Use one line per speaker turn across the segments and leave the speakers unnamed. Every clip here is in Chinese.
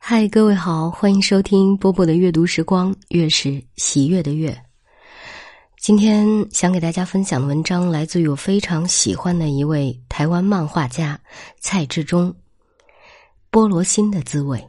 嗨，各位好，欢迎收听波波的阅读时光，月是喜悦的月。今天想给大家分享的文章来自于我非常喜欢的一位台湾漫画家蔡志忠，菠萝心的滋味。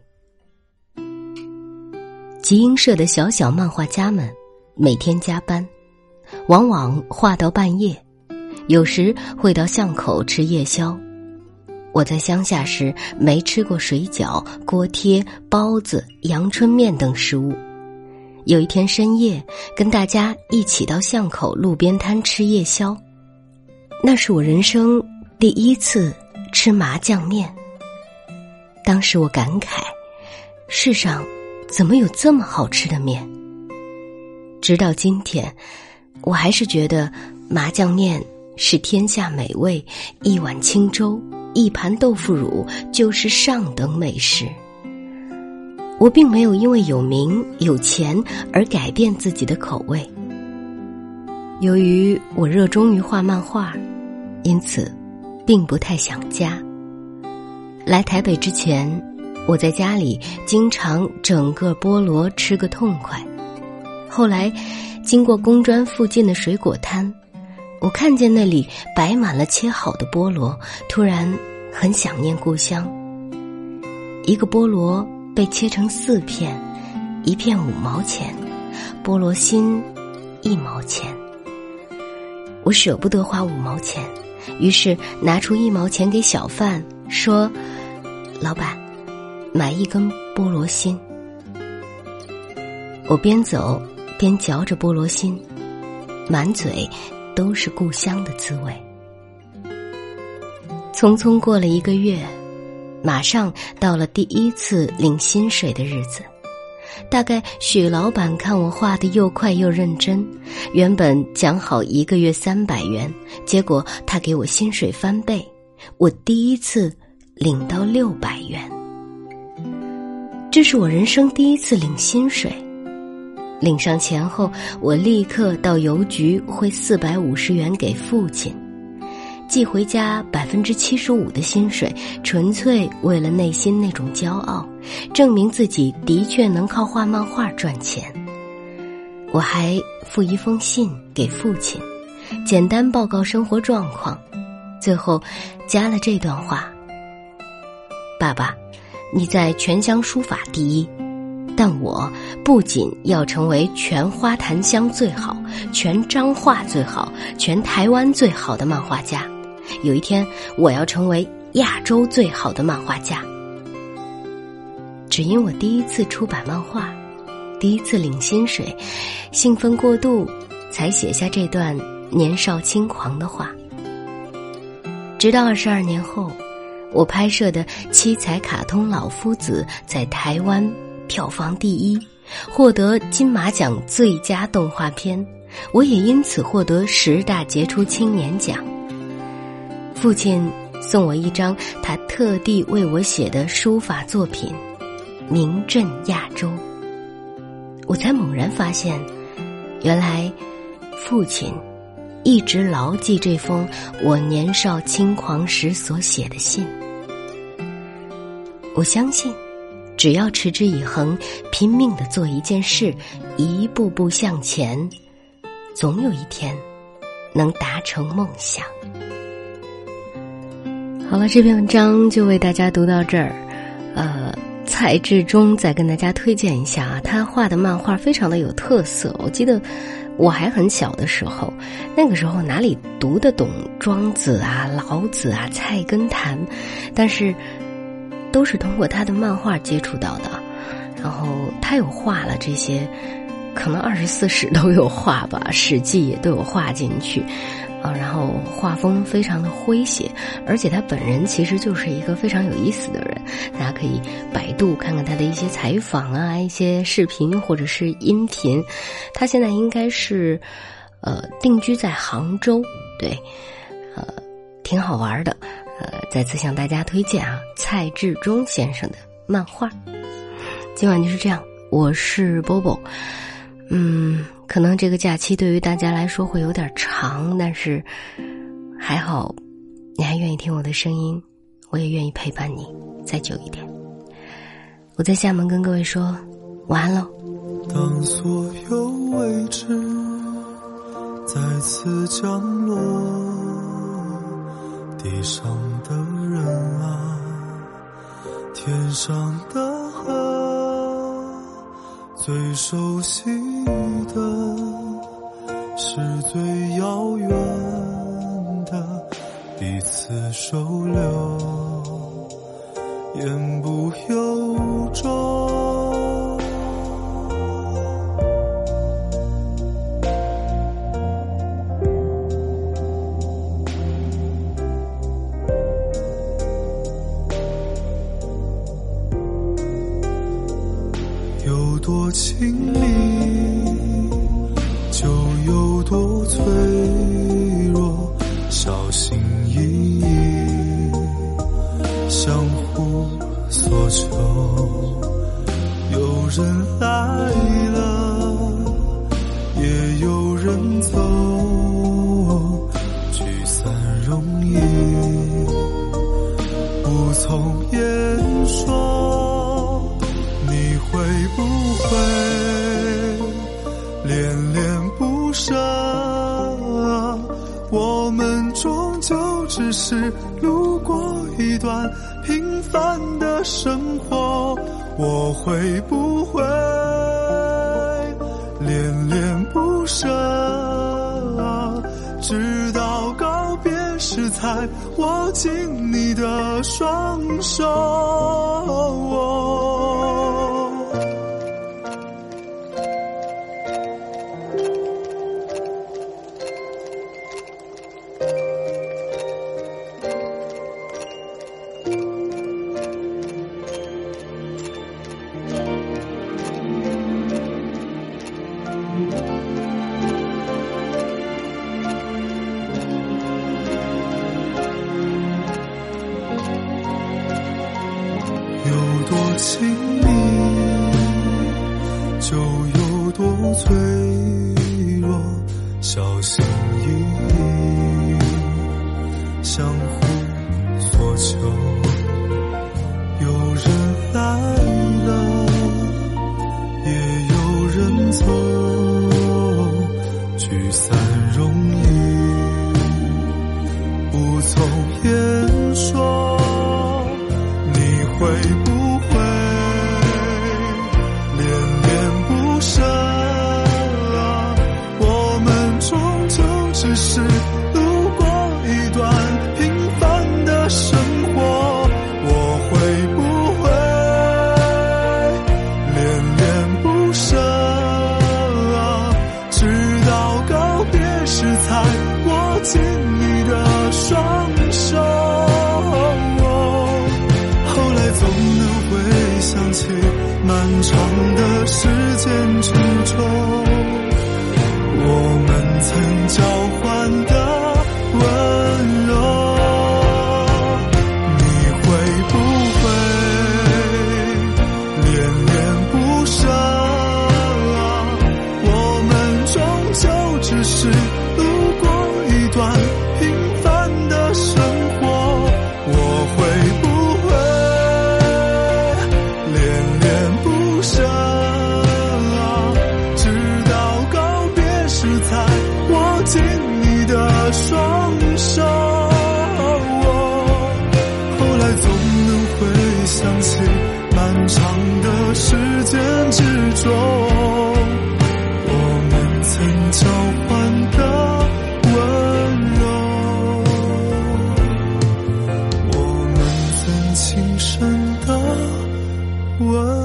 集英社的小小漫画家们每天加班，往往画到半夜，有时会到巷口吃夜宵。我在乡下时没吃过水饺、锅贴、包子、阳春面等食物。有一天深夜，跟大家一起到巷口路边摊吃夜宵，那是我人生第一次吃麻酱面。当时我感慨，世上怎么有这么好吃的面？直到今天，我还是觉得麻酱面是天下美味，一碗清粥，一盘豆腐乳就是上等美食。我并没有因为有名有钱而改变自己的口味。由于我热衷于画漫画，因此并不太想家。来台北之前，我在家里经常整个菠萝吃个痛快。后来经过公专附近的水果摊，我看见那里摆满了切好的菠萝，突然很想念故乡。一个菠萝被切成4片，一片5毛钱，菠萝心1毛钱。我舍不得花5毛钱，于是拿出1毛钱给小贩，说：“老板，买1根菠萝心。”我边走边嚼着菠萝心，满嘴都是故乡的滋味。匆匆过了1个月，马上到了第一次领薪水的日子。大概许老板看我画得又快又认真，原本讲好1个月300元，结果他给我薪水翻倍，我第一次领到600元。这是我人生第一次领薪水。领上钱后，我立刻到邮局汇450元给父亲，寄回家75%的薪水，纯粹为了内心那种骄傲，证明自己的确能靠画漫画赚钱。我还附1封信给父亲，简单报告生活状况，最后加了这段话：爸爸，你在全乡书法第1，但我不仅要成为全花坛乡最好、全彰化最好、全台湾最好的漫画家，有一天我要成为亚洲最好的漫画家。只因我第一次出版漫画，第一次领薪水，兴奋过度，才写下这段年少轻狂的话。直到22年后，我拍摄的七彩卡通老夫子在台湾票房第1，获得金马奖最佳动画片，我也因此获得10大杰出青年奖。父亲送我一张他特地为我写的书法作品，名震亚洲。我才猛然发现，原来父亲一直牢记这封我年少轻狂时所写的信。我相信，只要持之以恒，拼命地做一件事，一步步向前，总有一天能达成梦想。好了，这篇文章就为大家读到这儿。蔡志忠再跟大家推荐一下啊，他画的漫画非常的有特色。我记得我还很小的时候，那个时候哪里读得懂庄子啊、老子啊、菜根谭，但是都是通过他的漫画接触到的。然后他有画了这些，可能24史都有画吧，史记也都有画进去。然后画风非常的诙谐，而且他本人其实就是一个非常有意思的人，大家可以百度看看他的一些采访啊、一些视频或者是音频。他现在应该是定居在杭州，对，挺好玩的。再次向大家推荐啊，蔡志忠先生的漫画。今晚就是这样，我是 Bobo。可能这个假期对于大家来说会有点长，但是还好你还愿意听我的声音，我也愿意陪伴你再久一点。 我在厦门跟各位说晚安喽。
当所有位置再次降落，地上的人啊，天上的河，最熟悉的是最遥远的彼此收留，言不由衷。有多亲密，就有多脆弱，小心翼翼，相互索求。有人来了，也有人走，聚散容易，无从言说。你会不会恋恋不舍？我们终究只是路过一段平凡的生活。我会不会恋恋不舍？直到告别时才握紧你的双手。有多亲密，就有多脆弱，小心翼翼，相互索求。有人来了，也有人走，聚散容易，无从言说。会不会恋恋不舍？我们终究只是路过一段平凡的生活。我会不会恋恋不舍？直到告别时才握紧你的双手。总能回想起漫长的时间之中，我们曾交换的温柔。你会不会恋恋不舍？我们终究只是路过一段平凡的生活。我会不紧你的双手，后来总能回想起漫长的时间之中，我们曾交换的温柔，我们曾轻声的吻。